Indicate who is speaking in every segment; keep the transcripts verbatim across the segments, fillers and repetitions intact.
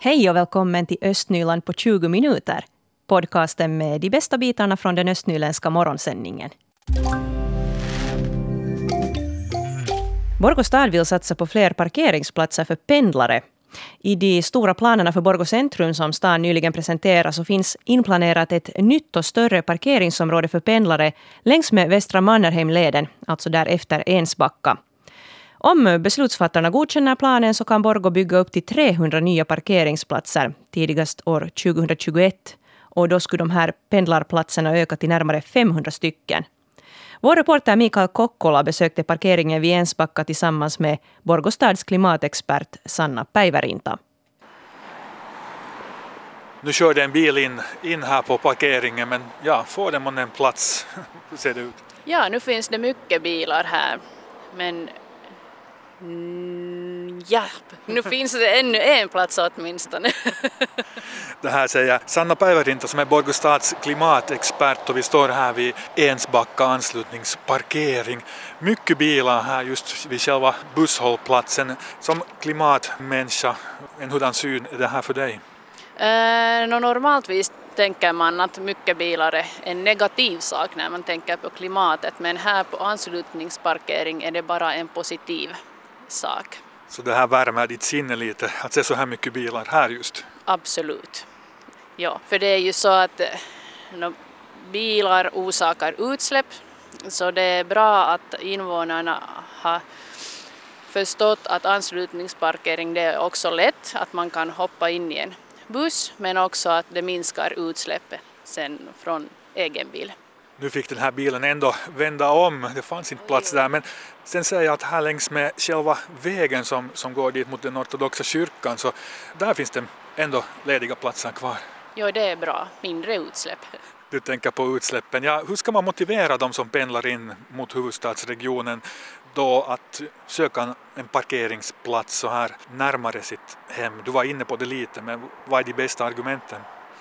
Speaker 1: Hej och välkommen till Östnyland på tjugo minuter. Podcasten med de bästa bitarna från den östnyländska morgonsändningen. Borgå stad vill satsa på fler parkeringsplatser för pendlare. I de stora planerna för Borgå centrum som stan nyligen presenterat så finns inplanerat ett nytt och större parkeringsområde för pendlare längs med Västra Mannerheimleden, alltså där efter Ensbacka. Om beslutsfattarna godkänner planen så kan Borgå bygga upp till trehundra nya parkeringsplatser tidigast år tjugohundratjugoett. Och då skulle de här pendlarplatserna öka till närmare femhundra stycken. Vår reporter Mikael Kokkola besökte parkeringen vid Ensbacka tillsammans med Borgå stads klimatexpert Sanna Päivärinta.
Speaker 2: Nu körde en bil in, in här på parkeringen, men ja, får det man en plats? Hur ser det ut?
Speaker 3: Ja, nu finns det mycket bilar här, men mm, ja, nu finns det ännu en plats åtminstone.
Speaker 2: Det här säger Sanna Päivärinta som är Borgå stads klimatexpert, och vi står här vid Ensbacka anslutningsparkering. Mycket bilar här just vid själva busshållplatsen. Som klimatmänniska, en hurdan syn är det här för dig?
Speaker 3: Eh, no, normaltvis tänker man att mycket bilar är en negativ sak när man tänker på klimatet, men här på anslutningsparkering är det bara en positiv sak.
Speaker 2: Så det här värmer ditt sinne lite, att se så här mycket bilar här just?
Speaker 3: Absolut. Ja, för det är ju så att no, bilar orsakar utsläpp, så det är bra att invånarna har förstått att anslutningsparkering det är också lätt, att man kan hoppa in i en buss, men också att det minskar utsläppet sen från egen bil.
Speaker 2: Nu fick den här bilen ändå vända om, det fanns inte plats där, men sen säger jag att här längs med själva vägen som, som går dit mot den ortodoxa kyrkan, så där finns det ändå lediga platser kvar.
Speaker 3: Ja, det är bra, mindre utsläpp.
Speaker 2: Du tänker på utsläppen. Ja, hur ska man motivera de som pendlar in mot huvudstadsregionen då att söka en parkeringsplats så här närmare sitt hem? Du var inne på det lite, men vad är de bästa argumenten?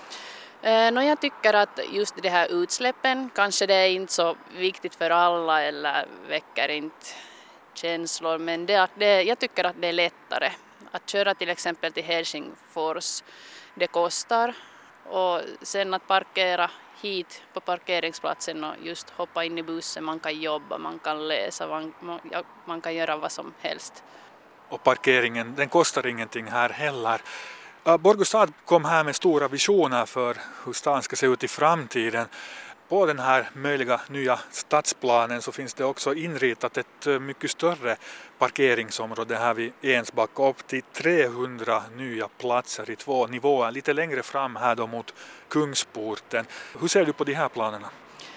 Speaker 3: Eh, no, jag tycker att just det här utsläppen, kanske det är inte så viktigt för alla eller väcker inte känslor, men det, det, jag tycker att det är lättare att köra till exempel till Helsingfors. Det kostar, och sen att parkera hit på parkeringsplatsen och just hoppa in i bussen, man kan jobba, man kan läsa, man, man kan göra vad som helst.
Speaker 2: Och parkeringen, den kostar ingenting här heller. Borgå stad kom här med stora visioner för hur stan ska se ut i framtiden. På den här möjliga nya stadsplanen så finns det också inritat ett mycket större parkeringsområde här vid Ensbacka, upp till trehundra nya platser i två nivåer, lite längre fram här då mot Kungsporten. Hur ser du på de här planerna?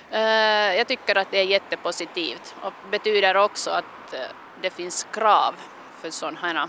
Speaker 3: Jag tycker att det är jättepositivt, och betyder också att det finns krav för sådana här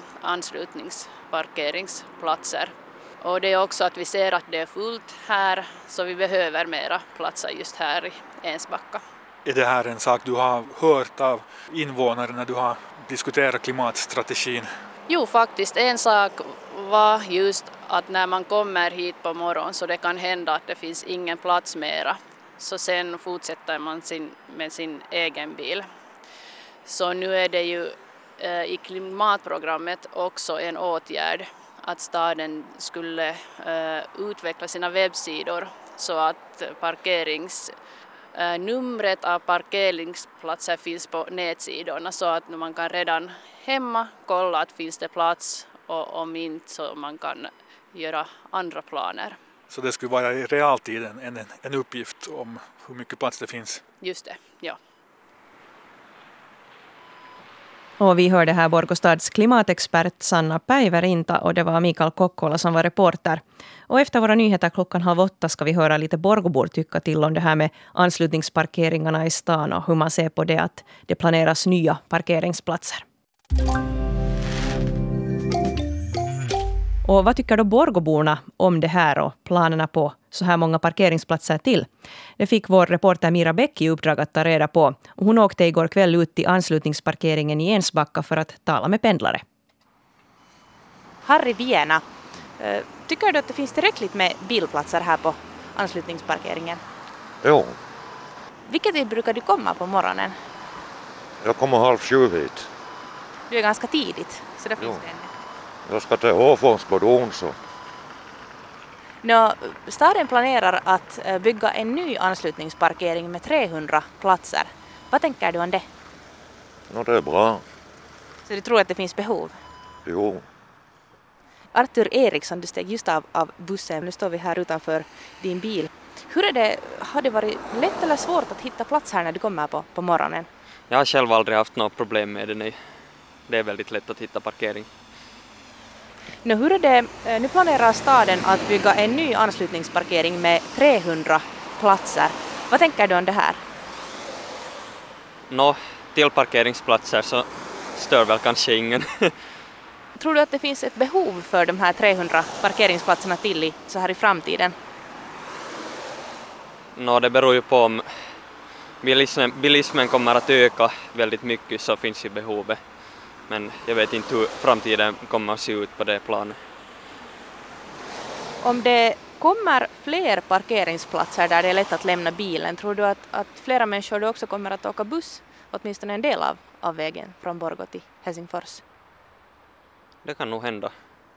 Speaker 3: anslutningsparkeringsplatser. Och det är också att vi ser att det är fullt här, så vi behöver mera platser just här i Ensbacka.
Speaker 2: Är det här en sak du har hört av invånare när du har diskuterat klimatstrategin?
Speaker 3: Jo, faktiskt. En sak var just att när man kommer hit på morgonen så det kan hända att det finns ingen plats mera. Så sen fortsätter man sin, med sin egen bil. Så nu är det ju eh, i klimatprogrammet också en åtgärd att staden skulle eh, utveckla sina webbsidor så att parkeringsnumret av parkeringsplatser finns på nätsidorna, så att man kan redan hemma kolla att finns det plats, och om inte så man kan göra andra planer.
Speaker 2: Så det skulle vara i realtid en, en, en uppgift om hur mycket plats det finns?
Speaker 3: Just det, ja.
Speaker 1: Och vi hörde här Borgå stads klimatexpert Sanna Päivärinta, och det var Mikael Kokkola som var reporter. Och efter våra nyheter klockan halv åtta ska vi höra lite Borgåbor tycka till om det här med anslutningsparkeringarna i stan och hur man ser på det att det planeras nya parkeringsplatser. Och vad tycker då Borgåborna om det här och planerna på så här många parkeringsplatser till? Det fick vår reporter Mira Bäck i uppdrag att ta reda på. Hon åkte igår kväll ut till anslutningsparkeringen i Ensbacka för att tala med pendlare.
Speaker 4: Harry Viena, tycker du att det finns tillräckligt med bilplatser här på anslutningsparkeringen?
Speaker 5: Jo.
Speaker 4: Vilken tid brukar du komma på morgonen?
Speaker 5: Jag kommer halv sju hit.
Speaker 4: Du är ganska tidigt, så det finns det ännu.
Speaker 5: Jag ska till Åfonsbodon, så
Speaker 4: Nå, staden planerar att bygga en ny anslutningsparkering med trehundra platser. Vad tänker du om det?
Speaker 5: No det är bra.
Speaker 4: Så du tror att det finns behov?
Speaker 5: Jo.
Speaker 4: Arthur Eriksson, du steg just av, av bussen. Nu står vi här utanför din bil. Hur är det, har det varit lätt eller svårt att hitta plats här när du kommer på, på morgonen?
Speaker 6: Jag har själv aldrig haft något problem med det. Nej. Det är väldigt lätt att hitta parkering.
Speaker 4: Nu, hur är det, nu planerar staden att bygga en ny anslutningsparkering med trehundra platser. Vad tänker du om det här?
Speaker 6: Nå, till parkeringsplatser så stör väl kanske ingen.
Speaker 4: Tror du att det finns ett behov för de här trehundra parkeringsplatserna till i, så här i framtiden?
Speaker 6: Nå, det beror ju på om bilismen, bilismen kommer att öka väldigt mycket, så finns ju behovet. Men jag vet inte hur framtiden kommer att se ut på det planet.
Speaker 4: Om det kommer fler parkeringsplatser där det är lätt att lämna bilen, tror du att, att flera människor då också kommer att åka buss åtminstone en del av, av vägen från Borgå till Helsingfors?
Speaker 6: Det kan nog hända.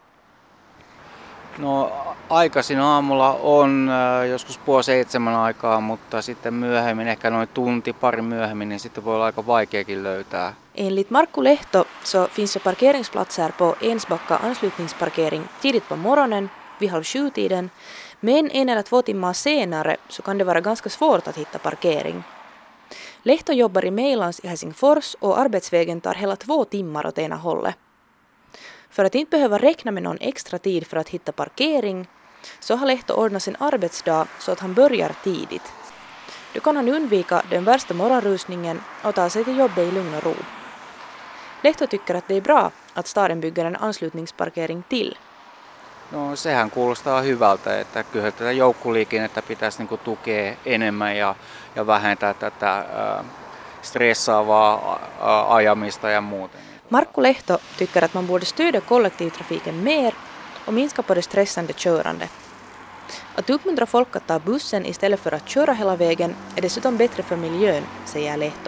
Speaker 7: No aikaisin aamulla on äh, joskus puoli seitsemän aikaa, mutta sitten myöhemmin, ehkä noin tunti, pari myöhemmin, niin sitten voi olla aika vaikeakin löytää.
Speaker 4: Enligt Markku Lehto så finns det parkeringsplatser på Ensbacka anslutningsparkering tidigt på morgonen vid halv sju-tiden, men en eller två timmar senare så kan det vara ganska svårt att hitta parkering. Lehto jobbar i Mejlans i Helsingfors och arbetsvägen tar hela två timmar åt ena hållet. För att inte behöva räkna med någon extra tid för att hitta parkering så har Lehto ordnat sin arbetsdag så att han börjar tidigt. Då kan han undvika den värsta morgonrusningen och ta sig till jobbet i lugn och ro. Lehto tycker att det är bra att staden bygger en anslutningsparkering till.
Speaker 7: No sehän kuulostaa hyvältä, että kyllä tätä joukkoliikennettä pitäisi niinku tukea enemmän ja, ja vähentää tätä äh, stressaavaa äh, ajamista ja muuten.
Speaker 4: Markku Lehto tycker att man borde stödja kollektivtrafiken mer och minska på det stressande körande. Att uppmuntra folk att ta bussen istället för att köra hela vägen är dessutom bättre för miljön, säger Lehto.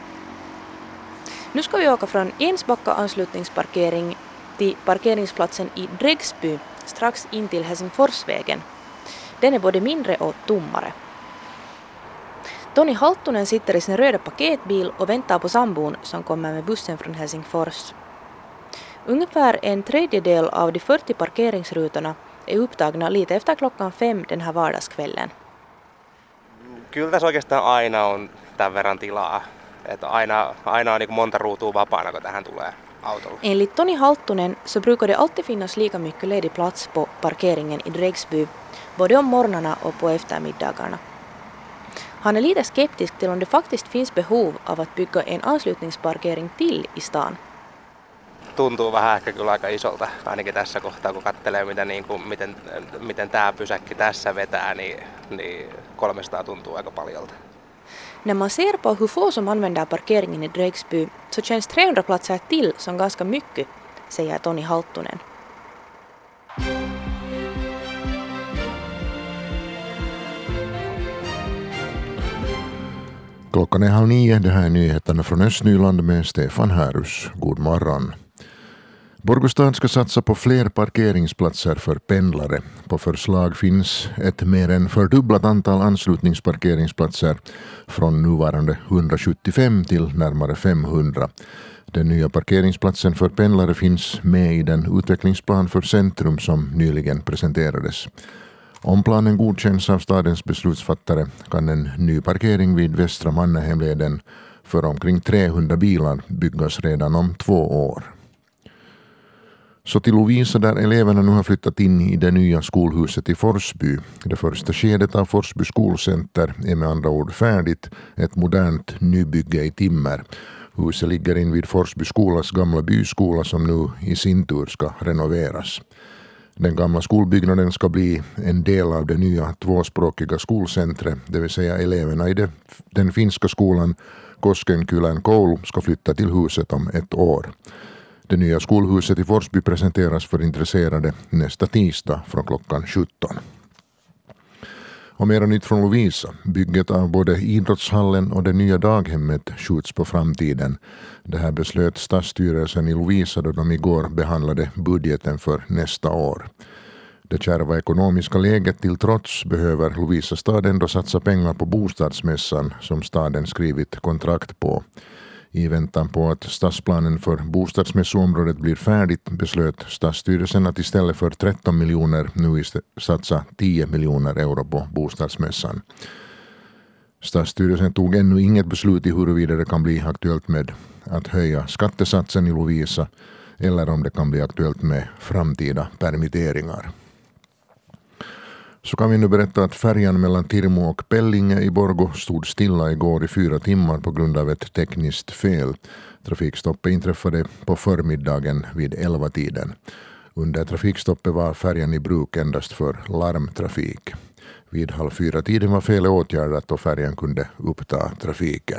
Speaker 4: Nu ska vi åka från Ensbacka anslutningsparkering till parkeringsplatsen i Dregsby strax in till Helsingforsvägen. Den är både mindre och tommare. Toni Halttunen sitter i sin röda paketbil och väntar på sambon som kommer med bussen från Helsingfors. Ungefär en tredjedel av de fyrtio parkeringsrutorna är upptagna lite efter klockan fem den här vardagskvällen.
Speaker 8: Kyllä tässä oikeastaan aina on tämän verran tilaa. Että aina, aina on niin kuin monta ruutua vapaana, kun tähän tulee autolla.
Speaker 4: Enligt Toni Halttunen så brukar det alltid finnas lika mycket ledig plats på parkeringen i Dregsby, både om morgnarna och på eftermiddagarna. Han är lite skeptisk till om det faktiskt finns behov av att bygga en anslutningsparkering till i stan.
Speaker 8: Tuntuu vähän ehkä kyllä aika isolta, ainakin tässä kohtaa, kun katselee, mitä, niin kuin, miten, miten tämä pysäkki tässä vetää, niin, niin kolmesataa tuntuu aika paljolta.
Speaker 4: När man ser på hur få som använder parkeringen i Dregsby så känns trehundra platser till som ganska mycket, säger Toni Halttunen.
Speaker 9: Klockan är halv nio, det här är nyheterna från Östnyland med Stefan Härus. God morgon. Borgostad ska satsa på fler parkeringsplatser för pendlare. På förslag finns ett mer än fördubblat antal anslutningsparkeringsplatser från nuvarande hundrasjuttiofem till närmare femhundra. Den nya parkeringsplatsen för pendlare finns med i den utvecklingsplan för centrum som nyligen presenterades. Om planen godkänns av stadens beslutsfattare kan en ny parkering vid Västra Mannahemleden för omkring trehundra bilar byggas redan om två år. Så till Lovisa där eleverna nu har flyttat in i det nya skolhuset i Forsby. Det första skedet av Forsby skolcenter är med andra ord färdigt, ett modernt nybygge i timmer. Huset ligger in vid Forsby skolas gamla byskola som nu i sin tur ska renoveras. Den gamla skolbyggnaden ska bli en del av det nya tvåspråkiga skolcentret, det vill säga eleverna i det, den finska skolan Koskenkylän koulu ska flytta till huset om ett år. Det nya skolhuset i Forsby presenteras för intresserade nästa tisdag från klockan sjutton. Och mera nytt från Lovisa. Bygget av både idrottshallen och det nya daghemmet skjuts på framtiden. Det här beslöt stadsstyrelsen i Lovisa då de igår behandlade budgeten för nästa år. Det kärva ekonomiska läget till trots behöver Lovisa-stad ändå satsa pengar på bostadsmässan som staden skrivit kontrakt på. I väntan på att stadsplanen för bostadsmässoområdet blir färdigt beslöt stadsstyrelsen att istället för tretton miljoner nu satsa tio miljoner euro på bostadsmässan. Stadsstyrelsen tog ännu inget beslut i huruvida det kan bli aktuellt med att höja skattesatsen i Lovisa eller om det kan bli aktuellt med framtida permitteringar. Så kan vi nu berätta att färjan mellan Tirmo och Pellinge i Borgå stod stilla igår i fyra timmar på grund av ett tekniskt fel. Trafikstoppet inträffade på förmiddagen vid elva tiden. Under trafikstoppet var färjan i bruk endast för larmtrafik. Vid halv fyra tiden var felet åtgärdat och färjan kunde uppta trafiken.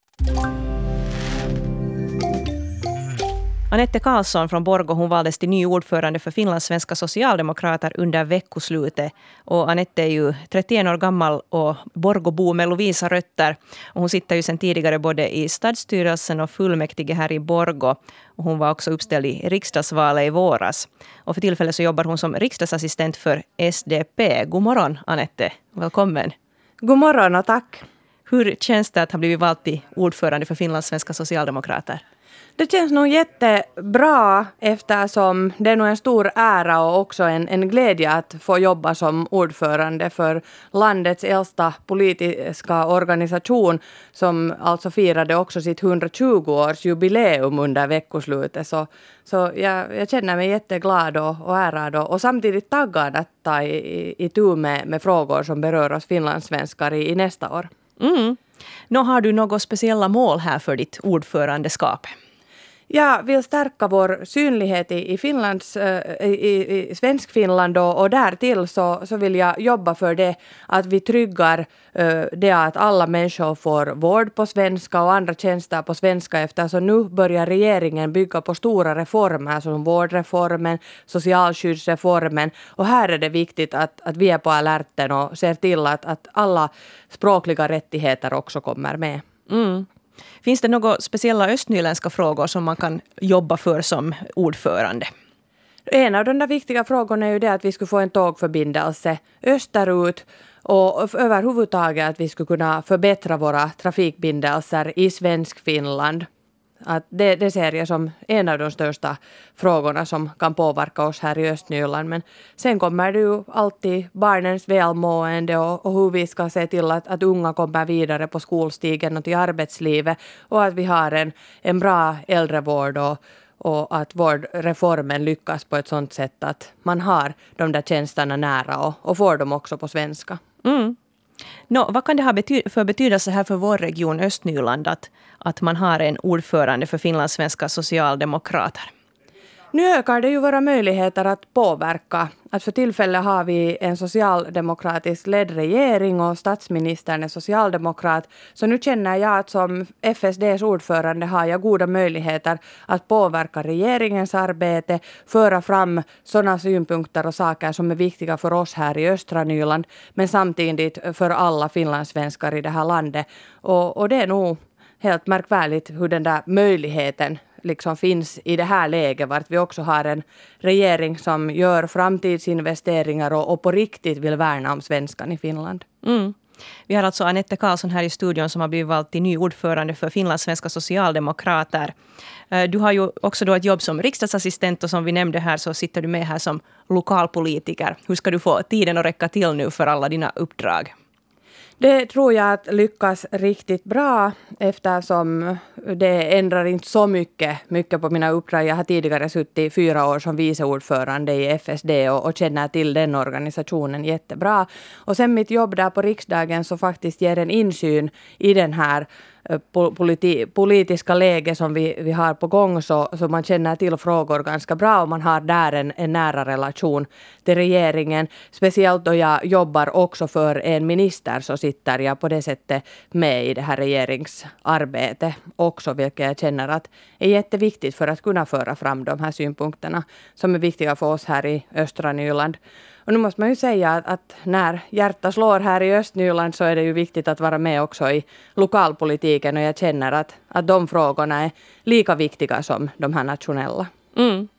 Speaker 1: Anette Karlsson från Borgå, hon valdes till ny ordförande för Finlands svenska socialdemokrater under veckoslutet. Och Anette är ju trettioen år gammal och Borgåbo med Lovisa rötter. Och hon sitter ju sedan tidigare både i stadsstyrelsen och fullmäktige här i Borgå. Och hon var också uppställd i riksdagsvalet i våras. Och för tillfället så jobbar hon som riksdagsassistent för S D P. God morgon Anette, välkommen.
Speaker 10: God morgon och tack.
Speaker 1: Hur känns det att ha blivit vald till ordförande för Finlands svenska socialdemokrater?
Speaker 10: Det känns nog jättebra eftersom det är nog en stor ära och också en, en glädje att få jobba som ordförande för landets äldsta politiska organisation som alltså firade också sitt hundratjugo-årsjubileum under veckoslutet. Så, så jag, jag känner mig jätteglad och, och ärad och, och samtidigt taggad att ta i, i, i tur med, med frågor som berör oss finlandssvenskar i, i nästa år.
Speaker 1: Mm. Nå, har du något speciella mål här för ditt ordförandeskap?
Speaker 10: Jag vill stärka vår synlighet i, i, Finlands, äh, i, i svensk Finland och, och därtill så, så vill jag jobba för det att vi tryggar äh, det att alla människor får vård på svenska och andra tjänster på svenska eftersom nu börjar regeringen bygga på stora reformer som vårdreformen, socialskyddsreformen och här är det viktigt att, att vi är på alerten och ser till att, att alla språkliga rättigheter också kommer med.
Speaker 1: Mm. Finns det några speciella östnyländska frågor som man kan jobba för som ordförande?
Speaker 10: En av de där viktiga frågorna är ju det att vi skulle få en tågförbindelse österut och överhuvudtaget att vi skulle kunna förbättra våra trafikbindelser i svensk Finland. Att det, det ser jag som en av de största frågorna som kan påverka oss här i Östnyland. Men sen kommer det ju alltid barnens välmående och, och hur vi ska se till att, att unga kommer vidare på skolstigen och till arbetslivet. Och att vi har en, en bra äldrevård och, och att vårdreformen lyckas på ett sådant sätt att man har de där tjänsterna nära och, och får dem också på svenska.
Speaker 1: Mm. Nå, vad kan det ha bety- för betydelse här för vår region Östnyland att, att man har en ordförande för Finlands svenska socialdemokrater?
Speaker 10: Nu ökar det ju våra möjligheter att påverka. Att för tillfället har vi en socialdemokratisk ledd regering och statsministern är socialdemokrat. Så nu känner jag att som F S D:s ordförande har jag goda möjligheter att påverka regeringens arbete, föra fram sådana synpunkter och saker som är viktiga för oss här i östra Nyland, men samtidigt för alla finlandssvenskar i det här landet. Och, och det är nog helt märkvärdigt hur den där möjligheten liksom finns i det här läget, vart vi också har en regering som gör framtidsinvesteringar och, och på riktigt vill värna om svenskan i Finland.
Speaker 1: Mm. Vi har alltså Anette Karlsson här i studion som har blivit vald till ny ordförande för Finlands svenska socialdemokrater. Du har ju också då ett jobb som riksdagsassistent och som vi nämnde här så sitter du med här som lokalpolitiker. Hur ska du få tiden att räcka till nu för alla dina uppdrag?
Speaker 10: Det tror jag att lyckas riktigt bra eftersom det ändrar inte så mycket, mycket på mina uppdrag. Jag har tidigare suttit i fyra år som viceordförande i F S D och, och känner till den organisationen jättebra. Och sen mitt jobb där på riksdagen så faktiskt ger en insyn i den här politi- politiska läge som vi, vi har på gång så, så man känner till frågor ganska bra och man har där en, en nära relation till regeringen. Speciellt då jag jobbar också för en minister så sitter jag på det sättet med i det här regeringsarbetet också, vilket jag känner att är jätteviktigt för att kunna föra fram de här synpunkterna som är viktiga för oss här i östra Nyland. Och nu måste man ju säga att, att när hjärtat slår här i Östnyland så är det ju viktigt att vara med också i lokalpolitiken och jag känner att, att de frågorna är lika viktiga som de här nationella.
Speaker 1: Mm.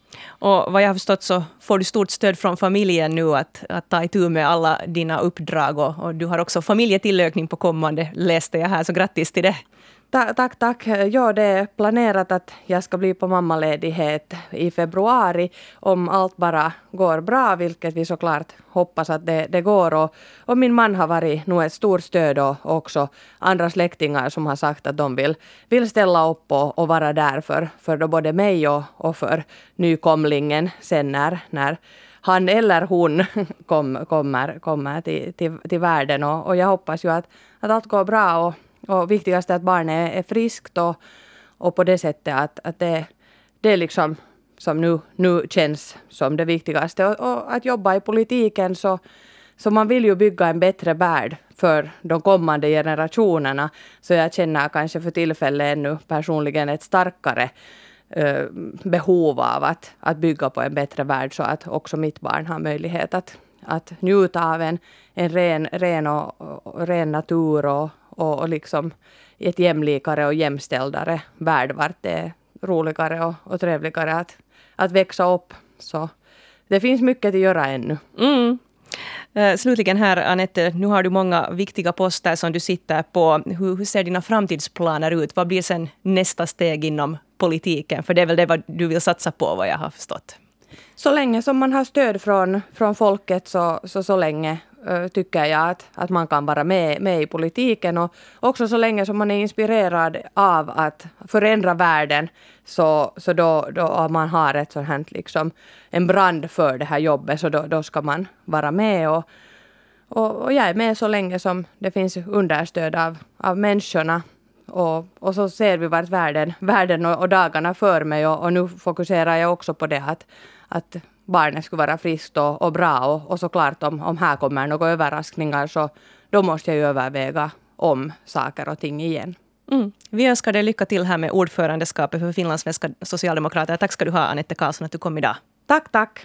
Speaker 1: Och vad jag har förstått så får du stort stöd från familjen nu att, att ta itu med alla dina uppdrag. Och, och du har också familjetillökning på kommande, läste jag här, så grattis till det.
Speaker 10: Ta- tack, tack. Ja, det är planerat att jag ska bli på mammaledighet i februari om allt bara går bra, vilket vi såklart hoppas att det, det går. Och, och min man har varit nog ett stort stöd och också andra släktingar som har sagt att de vill, vill ställa upp och, och vara där för, för då både mig och, och för nykomlingen sen när, när han eller hon kom, kommer, kommer till, till, till världen. Och, och jag hoppas ju att, att allt går bra och Och viktigast är att barnet är friskt och, och på det sättet att, att det, det är liksom som nu, nu känns som det viktigaste. Och, och att jobba i politiken så, så man vill ju bygga en bättre värld för de kommande generationerna. Så jag känner kanske för tillfället ännu personligen ett starkare eh, behov av att, att bygga på en bättre värld så att också mitt barn har möjlighet att, att njuta av en, en ren, ren, och, och, ren natur och Och, och liksom ett jämlikare och jämställdare värld vart det är roligare och, och trevligare att, att växa upp. Så det finns mycket att göra ännu.
Speaker 1: Mm. Uh, slutligen här, Anette, nu har du många viktiga poster som du sitter på. Hur, hur ser dina framtidsplaner ut? Vad blir sen nästa steg inom politiken? För det är väl det vad du vill satsa på, vad jag har förstått.
Speaker 10: Så länge som man har stöd från, från folket så, så, så länge uh, tycker jag att, att man kan vara med, med i politiken. Och också så länge som man är inspirerad av att förändra världen så, så då, då man har ett sånt här, liksom, en brand för det här jobbet så då, då ska man vara med. Och, och, och jag är med så länge som det finns understöd av, av människorna. Och, och så ser vi vart världen, världen och, och dagarna för mig och, och nu fokuserar jag också på det att, att barnet skulle vara friskt och, och bra och, och såklart om, om här kommer några överraskningar så då måste jag ju överväga om saker och ting igen.
Speaker 1: Mm. Vi önskar dig lycka till här med ordförandeskapet för finlandssvenska socialdemokrater. Tack ska du ha, Anette Karlsson, att du kom idag.
Speaker 10: Tack, tack.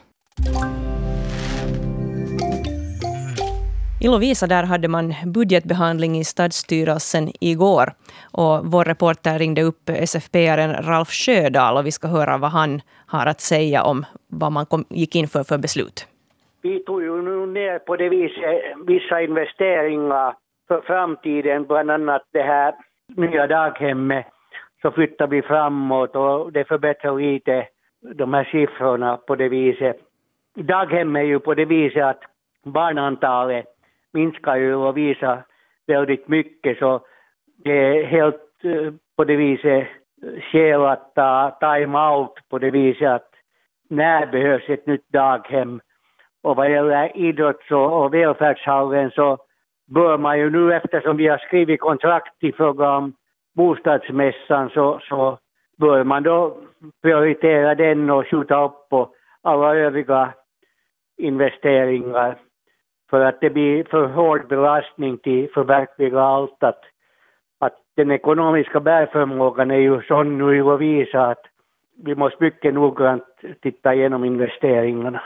Speaker 1: I Lovisa där hade man budgetbehandling i stadsstyrelsen igår. Och vår reporter ringde upp S F P-aren Ralf Sjödahl och vi ska höra vad han har att säga om vad man kom, gick in för för beslut.
Speaker 11: Vi tog ju nu ner på det viset vissa investeringar för framtiden, bland annat det här nya daghemmet. Så flyttar vi framåt och det förbättrar lite de här siffrorna på det viset. Daghemmet är ju på det viset att barnantalet minskar ju och visar väldigt mycket så det är helt på det viset skäl att ta time out på det viset att när behövs ett nytt daghem. Och vad gäller idrotts- och välfärdshallen så bör man ju nu eftersom vi har skrivit kontrakt i fråga om bostadsmässan så, så bör man då prioritera den och skjuta upp på alla övriga investeringar. För att det blir för hård belastning till förverkliga allt. Att, att den ekonomiska bärförmågan är ju sån nu i Lovisa att vi måste mycket noggrant titta igenom investeringarna.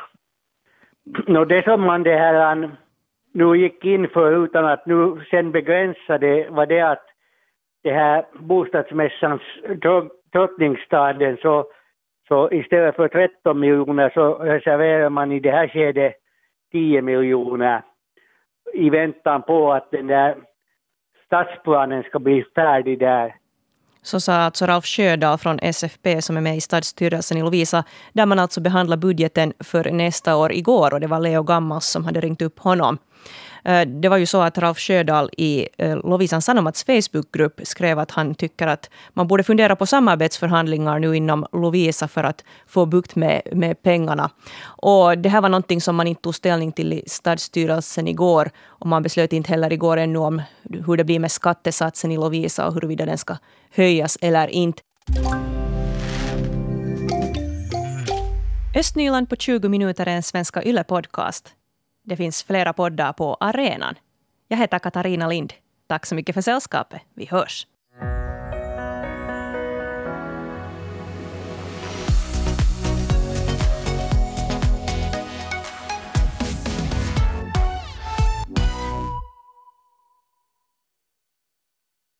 Speaker 11: Och det som man det här nu gick in för utan att nu sen begränsa det var det att det här bostadsmässans drottningstaden så, så istället för tretton miljoner så reserverar man i det här skedet tio miljoner i väntan på att den där stadsplanen ska bli färdig där.
Speaker 1: Så sa alltså Ralf Sjödahl från S F P som är med i stadsstyrelsen i Lovisa där man alltså behandlar budgeten för nästa år igår och det var Leo Gammals som hade ringt upp honom. Det var ju så att Ralf Sjödahl i Lovisan Sanomats Facebookgrupp skrev att han tycker att man borde fundera på samarbetsförhandlingar nu inom Lovisa för att få bukt med, med pengarna. Och det här var någonting som man inte tog ställning till i stadsstyrelsen igår och man beslöt inte heller igår ännu om hur det blir med skattesatsen i Lovisa och huruvida den ska höjas eller inte. Östnyland på tjugo minuter är en svenska Yle-podcast. Det finns flera poddar på arenan. Jag heter Katarina Lind. Tack så mycket för sällskapet. Vi hörs.